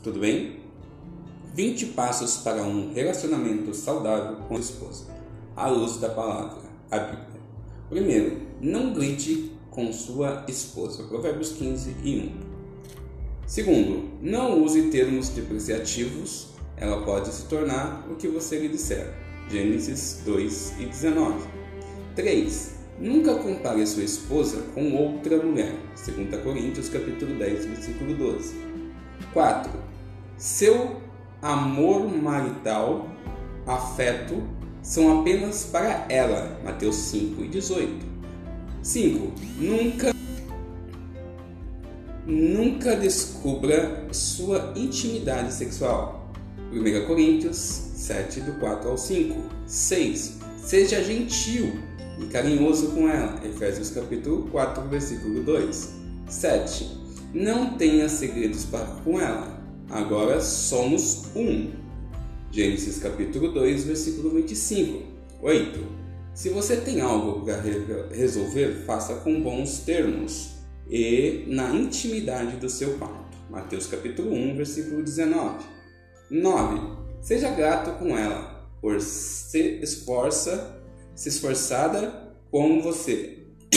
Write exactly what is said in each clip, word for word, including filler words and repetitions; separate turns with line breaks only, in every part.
Tudo bem? vinte passos para um relacionamento saudável com a esposa, à luz da palavra, a Bíblia. Primeiro, não grite com sua esposa, Provérbios quinze e um. Segundo, não use termos depreciativos, ela pode se tornar o que você lhe disser, Gênesis dois e dezenove. três. Nunca compare sua esposa com outra mulher, segunda Coríntios capítulo dez, versículo doze. quatro. Seu amor marital, afeto, são apenas para ela, Mateus cinco e dezoito. cinco. Nunca, nunca descubra sua intimidade sexual, primeira Coríntios sete, do quatro ao cinco. seis. Seja gentil e carinhoso com ela, Efésios capítulo quatro, versículo dois. sete. Não tenha segredos para com ela, agora somos um, Gênesis capítulo dois, versículo vinte e cinco. oito. Se você tem algo para resolver, faça com bons termos e na intimidade do seu quarto, Mateus capítulo um, versículo dezenove. nove. Seja grato com ela, por se esforça, se esforçada como você,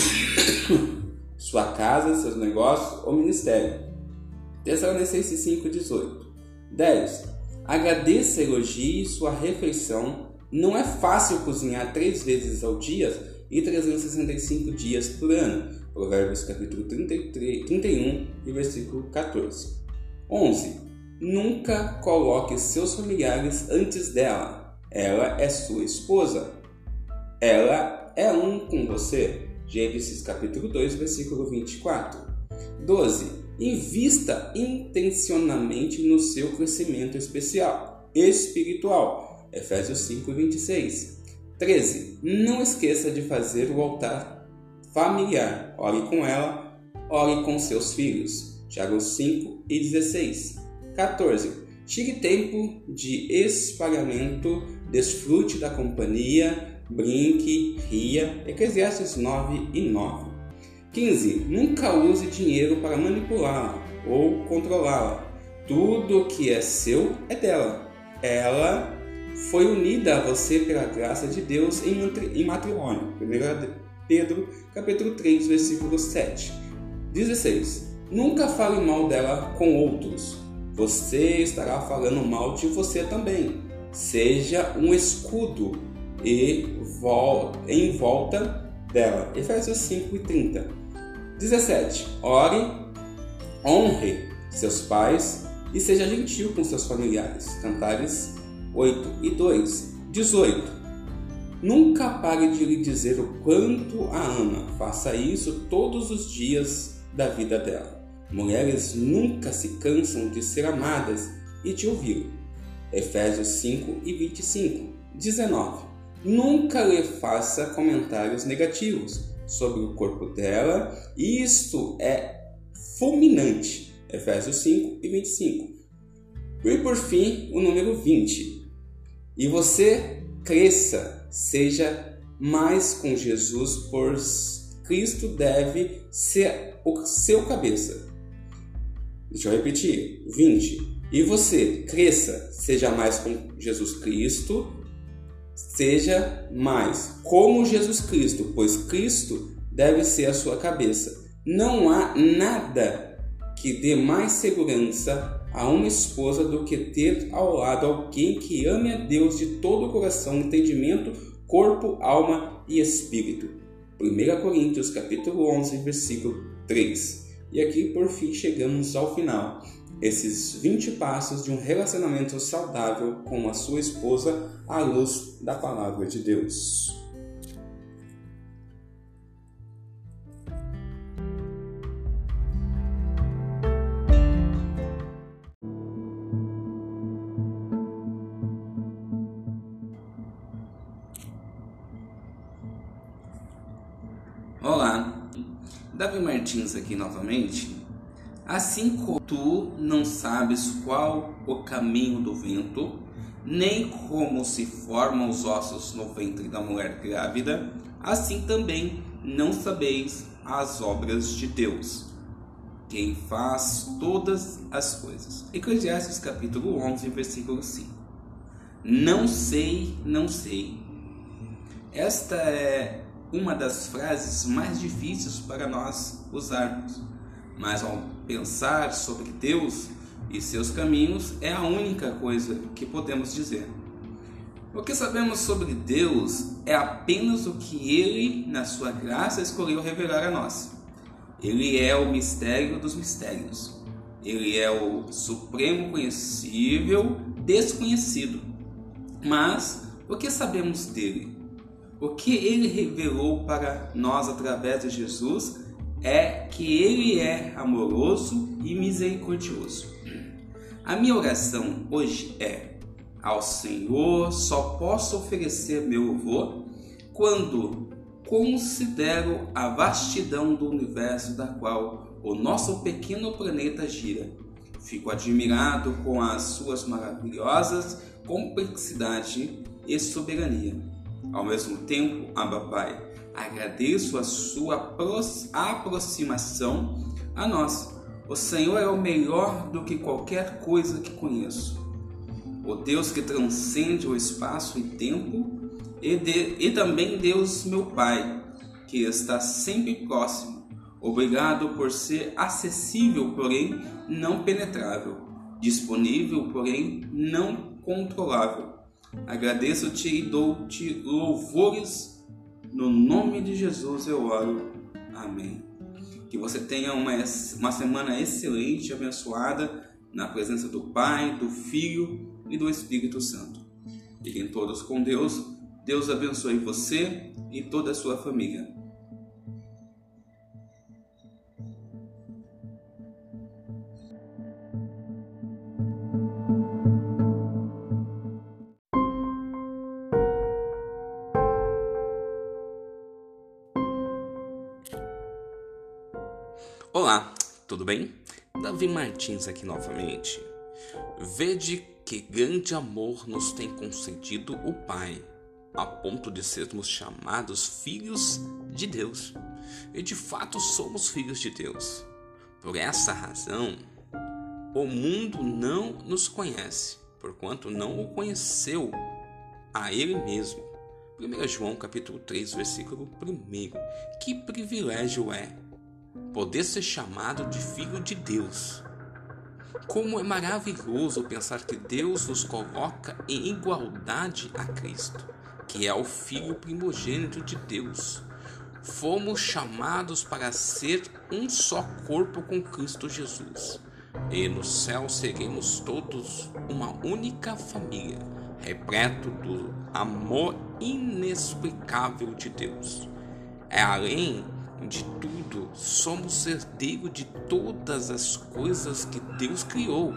sua casa, seus negócios ou ministério. Tessalonicenses cinco, dezoito. dez. Agradeça e elogie sua refeição. Não é fácil cozinhar três vezes ao dia e trezentos e sessenta e cinco dias por ano. Provérbios capítulo trinta e três, trinta e um e versículo quatorze. onze. Nunca coloque seus familiares antes dela. Ela é sua esposa. Ela é um com você. Gênesis capítulo dois, versículo vinte e quatro. doze. Invista intencionalmente no seu crescimento especial, espiritual. Efésios cinco, vinte e seis. treze. Não esqueça de fazer o altar familiar. Ore com ela, ore com seus filhos. Tiago cinco e dezesseis. quatorze. Tire tempo de espalhamento, desfrute da companhia, brinque, ria. Eclesiastes nove e nove. quinze. Nunca use dinheiro para manipulá-la ou controlá-la. Tudo que é seu é dela. Ela foi unida a você pela graça de Deus em matrimônio. primeira Pedro capítulo três, versículo sete. dezesseis. Nunca fale mal dela com outros. Você estará falando mal de você também. Seja um escudo e vol- em volta dela. Efésios cinco e trinta. dezessete. Ore, honre seus pais e seja gentil com seus familiares. Cantares oito e dois. dezoito. Nunca pare de lhe dizer o quanto a ama. Faça isso todos os dias da vida dela. Mulheres nunca se cansam de ser amadas e de ouvir. Efésios cinco e vinte e cinco. dezenove. Nunca lhe faça comentários negativos sobre o corpo dela. Isto é fulminante. Efésios cinco e vinte e cinco. E por fim, o número vinte. E você cresça, seja mais com Jesus, pois Cristo deve ser o seu cabeça. Deixa eu repetir. vinte. E você cresça, seja mais com Jesus Cristo, seja mais como Jesus Cristo, pois Cristo deve ser a sua cabeça. Não há nada que dê mais segurança a uma esposa do que ter ao lado alguém que ame a Deus de todo o coração, entendimento, corpo, alma e espírito. primeira Coríntios capítulo onze, versículo três. E aqui por fim chegamos ao final. Esses vinte passos de um relacionamento saudável com a sua esposa à luz da palavra de Deus. Olá, Davi Martins aqui novamente. Assim como tu não sabes qual o caminho do vento, nem como se formam os ossos no ventre da mulher grávida, assim também não sabeis as obras de Deus. quem faz todas as coisas. Eclesiastes capítulo onze, versículo cinco. Não sei, não sei. Esta é uma das frases mais difíceis para nós usarmos, mas ao pensar sobre Deus e seus caminhos é a única coisa que podemos dizer. O que sabemos sobre Deus é apenas o que Ele, na sua graça, escolheu revelar a nós. Ele é o mistério dos mistérios. Ele é o supremo conhecível desconhecido. Mas o que sabemos dele? O que ele revelou para nós através de Jesus é que ele é amoroso e misericordioso. A minha oração hoje é: ao Senhor só posso oferecer meu louvor quando considero a vastidão do universo da qual o nosso pequeno planeta gira. Fico admirado com as suas maravilhosas complexidade e soberania. Ao mesmo tempo, Abba Pai, agradeço a sua aproximação a nós. O Senhor é o melhor do que qualquer coisa que conheço. O Deus que transcende o espaço e tempo, e, de, e também Deus meu Pai, que está sempre próximo. Obrigado por ser acessível, porém não penetrável, disponível, porém não controlável. Agradeço-te e dou-te louvores. No nome de Jesus eu oro. Amém. Que você tenha uma, uma semana excelente, abençoada, na presença do Pai, do Filho e do Espírito Santo. Fiquem todos com Deus. Deus abençoe você e toda a sua família. Olá, tudo bem? Davi Martins aqui novamente. Vede que grande amor nos tem concedido o Pai, a ponto de sermos chamados filhos de Deus. E de fato somos filhos de Deus. Por essa razão, o mundo não nos conhece, porquanto não o conheceu a Ele mesmo. primeiro João capítulo três, versículo primeiro. Que privilégio é poder ser chamado de filho de Deus. Como é maravilhoso pensar que Deus nos coloca em igualdade a Cristo, que é o Filho primogênito de Deus. Fomos chamados para ser um só corpo com Cristo Jesus. E no céu seremos todos uma única família, repleto do amor inexplicável de Deus. É além de tudo, somos herdeiros de todas as coisas que Deus criou.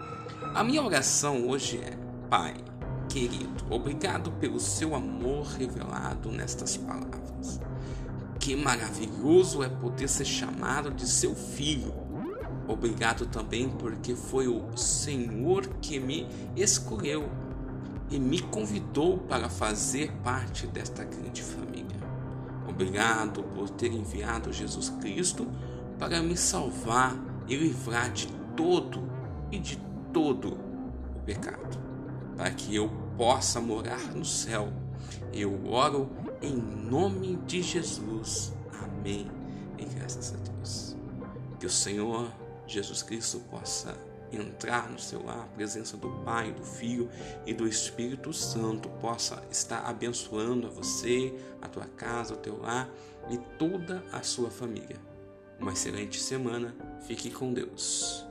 A minha oração hoje é: Pai querido, obrigado pelo seu amor revelado nestas palavras. Que maravilhoso é poder ser chamado de seu filho. Obrigado também porque foi o Senhor que me escolheu e me convidou para fazer parte desta grande família. Obrigado por ter enviado Jesus Cristo para me salvar e livrar de todo e de todo o pecado, para que eu possa morar no céu. Eu oro em nome de Jesus. Amém. E graças a Deus. Que o Senhor Jesus Cristo possa entrar no seu lar, a presença do Pai, do Filho e do Espírito Santo possa estar abençoando a você, a tua casa, o teu lar e toda a sua família. Uma excelente semana. Fique com Deus.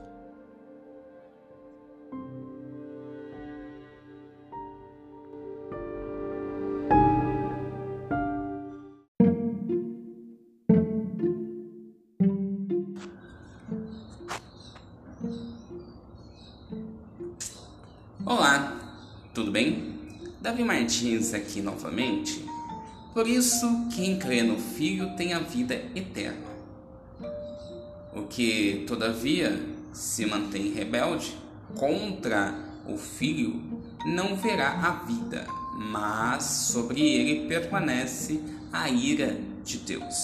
Olá, tudo bem? Davi Martins aqui novamente. Por isso, quem crê no Filho tem a vida eterna. O que, todavia, se mantém rebelde contra o Filho não verá a vida, mas sobre ele permanece a ira de Deus.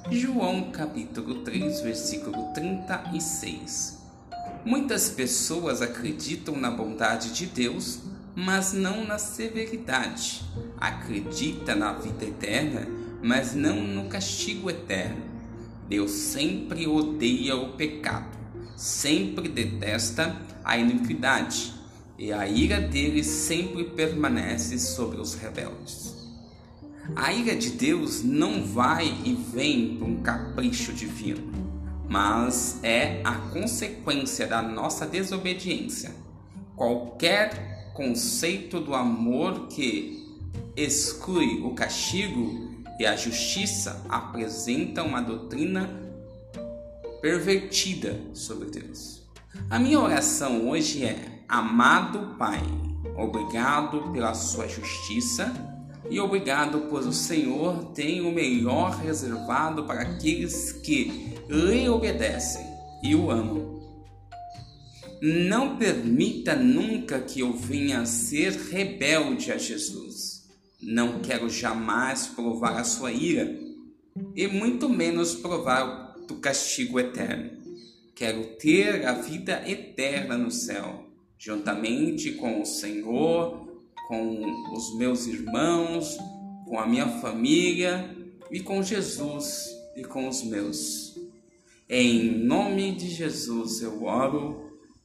João capítulo três, versículo trinta e seis. Muitas pessoas acreditam na bondade de Deus, mas não na severidade. Acredita na vida eterna, mas não no castigo eterno. Deus sempre odeia o pecado, sempre detesta a iniquidade, e a ira dele sempre permanece sobre os rebeldes. A ira de Deus não vai e vem por um capricho divino, mas é a consequência da nossa desobediência. Qualquer conceito do amor que exclui o castigo e a justiça apresenta uma doutrina pervertida sobre Deus. A minha oração hoje é: amado Pai, obrigado pela sua justiça e obrigado, pois o Senhor tem o melhor reservado para aqueles que lhe obedecem e o amam. Não permita nunca que eu venha a ser rebelde a Jesus. Não quero jamais provar a sua ira e muito menos provar do castigo eterno. Quero ter a vida eterna no céu, juntamente com o Senhor, com os meus irmãos, com a minha família e com Jesus e com os meus. Em nome de Jesus eu oro.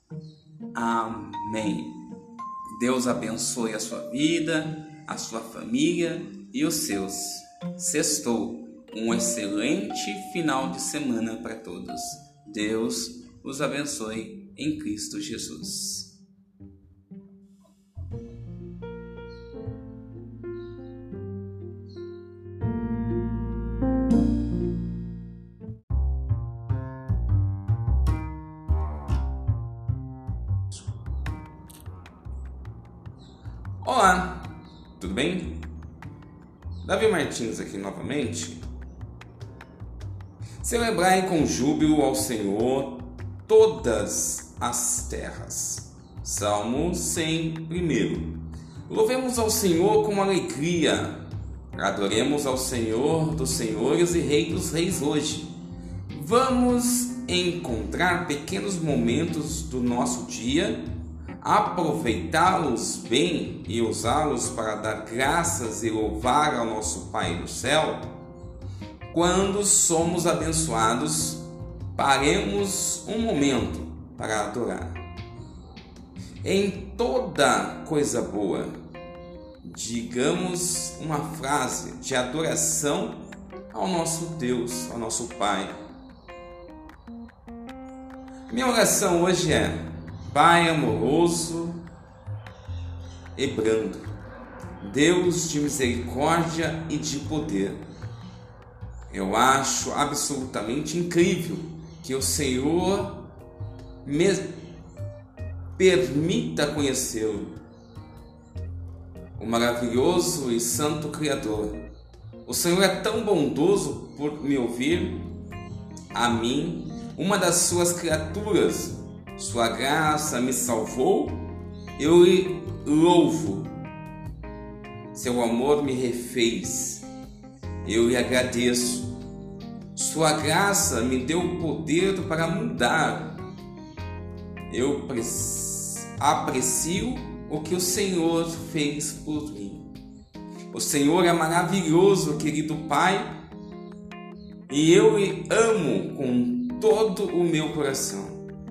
Amém. Deus abençoe a sua vida, a sua família e os seus. Sextou. Um excelente final de semana para todos. Deus os abençoe em Cristo Jesus. Olá, tudo bem? Davi Martins aqui novamente. Celebrai com júbilo ao Senhor todas as terras. Salmo cem, primeiro. Louvemos ao Senhor com alegria. Adoremos ao Senhor dos senhores e Rei dos reis hoje. Vamos encontrar pequenos momentos do nosso dia, aproveitá-los bem e usá-los para dar graças e louvar ao nosso Pai do céu. Quando somos abençoados, paremos um momento para adorar. Em toda coisa boa, digamos uma frase de adoração ao nosso Deus, ao nosso Pai. Minha oração hoje é: Pai amoroso e brando, Deus de misericórdia e de poder, eu acho absolutamente incrível que o Senhor me permita conhecê-lo, o maravilhoso e santo Criador. O Senhor é tão bondoso por me ouvir, a mim, uma das suas criaturas. Sua graça me salvou, eu lhe louvo. Seu amor me refez, eu lhe agradeço. Sua graça me deu o poder para mudar. Eu aprecio o que o Senhor fez por mim. O Senhor é maravilhoso, querido Pai, e eu lhe amo com todo o meu coração.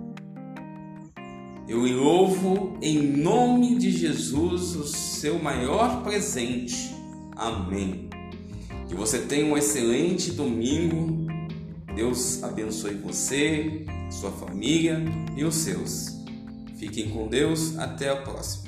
Eu lhe louvo em nome de Jesus, o seu maior presente. Amém. Que você tenha um excelente domingo. Deus abençoe você, sua família e os seus. Fiquem com Deus. Até a próxima.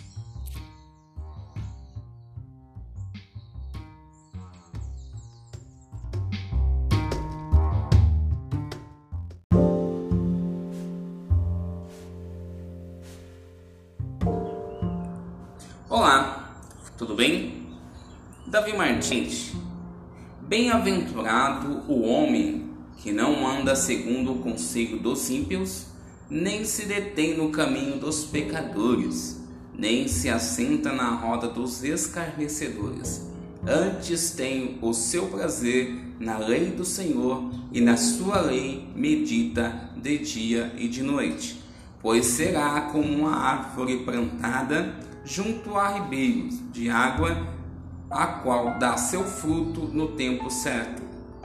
Olá, tudo bem? Davi Martins. Bem-aventurado o homem que não anda segundo o conselho dos ímpios, nem se detém no caminho dos pecadores, nem se assenta na roda dos escarnecedores. Antes tem o seu prazer na lei do Senhor, e na sua lei medita de dia e de noite. Pois será como uma árvore plantada junto a ribeiros de água, a qual dá seu fruto no tempo certo.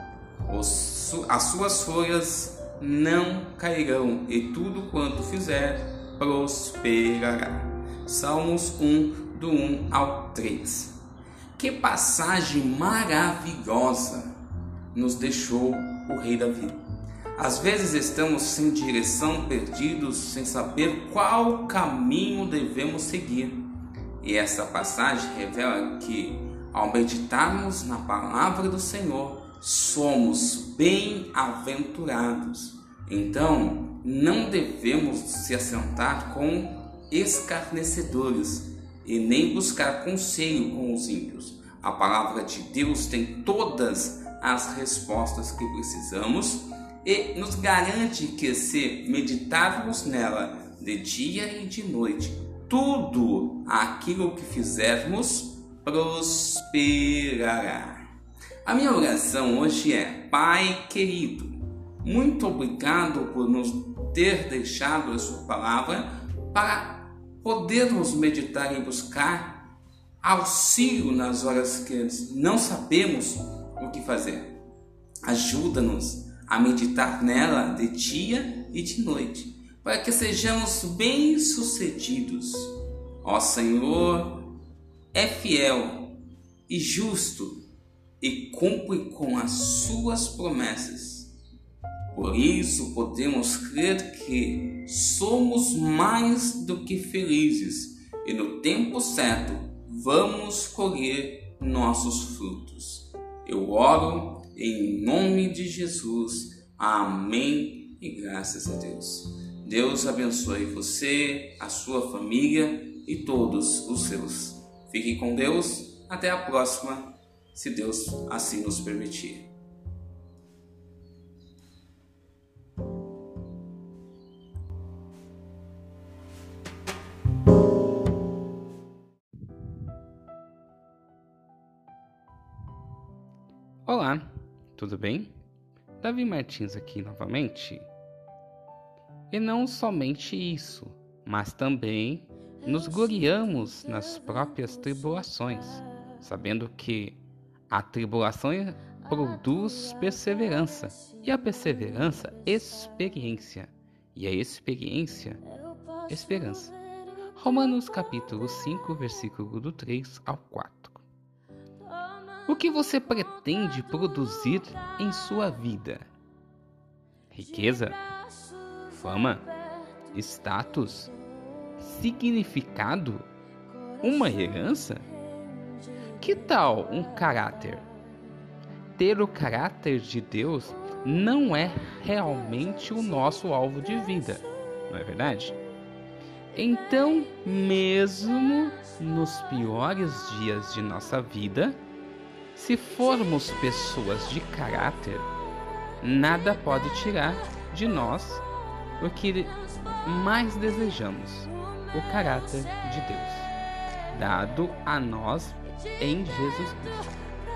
Os, as suas folhas não cairão, e tudo quanto fizer prosperará. Salmos um, do um ao três. Que passagem maravilhosa nos deixou o rei Davi. Às vezes estamos sem direção, perdidos, sem saber qual caminho devemos seguir. E essa passagem revela que, ao meditarmos na palavra do Senhor, somos bem-aventurados. Então, não devemos se assentar com escarnecedores e nem buscar conselho com os ímpios. A palavra de Deus tem todas as respostas que precisamos e nos garante que, se meditarmos nela de dia e de noite, tudo aquilo que fizermos prosperará. A minha oração hoje é: Pai querido, muito obrigado por nos ter deixado a sua palavra para podermos meditar e buscar auxílio nas horas que não sabemos o que fazer. Ajuda-nos a meditar nela de dia e de noite, para que sejamos bem-sucedidos. Ó Senhor, é fiel e justo e cumpre com as suas promessas. Por isso podemos crer que somos mais do que felizes e no tempo certo vamos colher nossos frutos. Eu oro em nome de Jesus. Amém e graças a Deus. Deus abençoe você, a sua família e todos os seus. Fique com Deus. Até a próxima, se Deus assim nos permitir. Olá, tudo bem? Davi Martins aqui novamente. E não somente isso, mas também nos gloriamos nas próprias tribulações, sabendo que a tribulação produz perseverança, e a perseverança, experiência, e a experiência, esperança. Romanos capítulo cinco, versículo do três ao quatro. O que você pretende produzir em sua vida? Riqueza? Fama? Status? Significado? Uma herança? Que tal um caráter? Ter o caráter de Deus não é realmente o nosso alvo de vida, não é verdade? Então, mesmo nos piores dias de nossa vida, se formos pessoas de caráter, nada pode tirar de nós o que mais desejamos, o caráter de Deus, dado a nós em Jesus Cristo.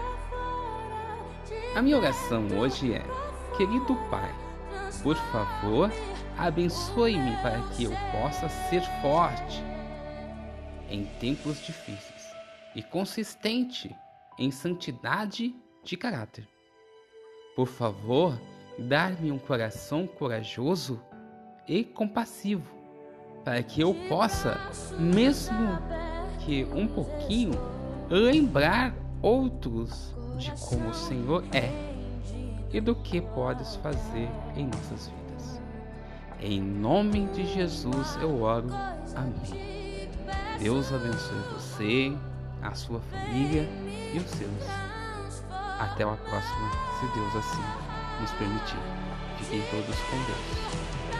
A minha oração hoje é: querido Pai, por favor, abençoe-me para que eu possa ser forte em tempos difíceis e consistente em santidade de caráter. Por favor, dar-me um coração corajoso e compassivo, para que eu possa, mesmo que um pouquinho, lembrar outros de como o Senhor é e do que podes fazer em nossas vidas. Em nome de Jesus eu oro. Amém. Deus abençoe você, a sua família e os seus. Até a próxima, se Deus assim nos permitir. Fiquem todos com Deus.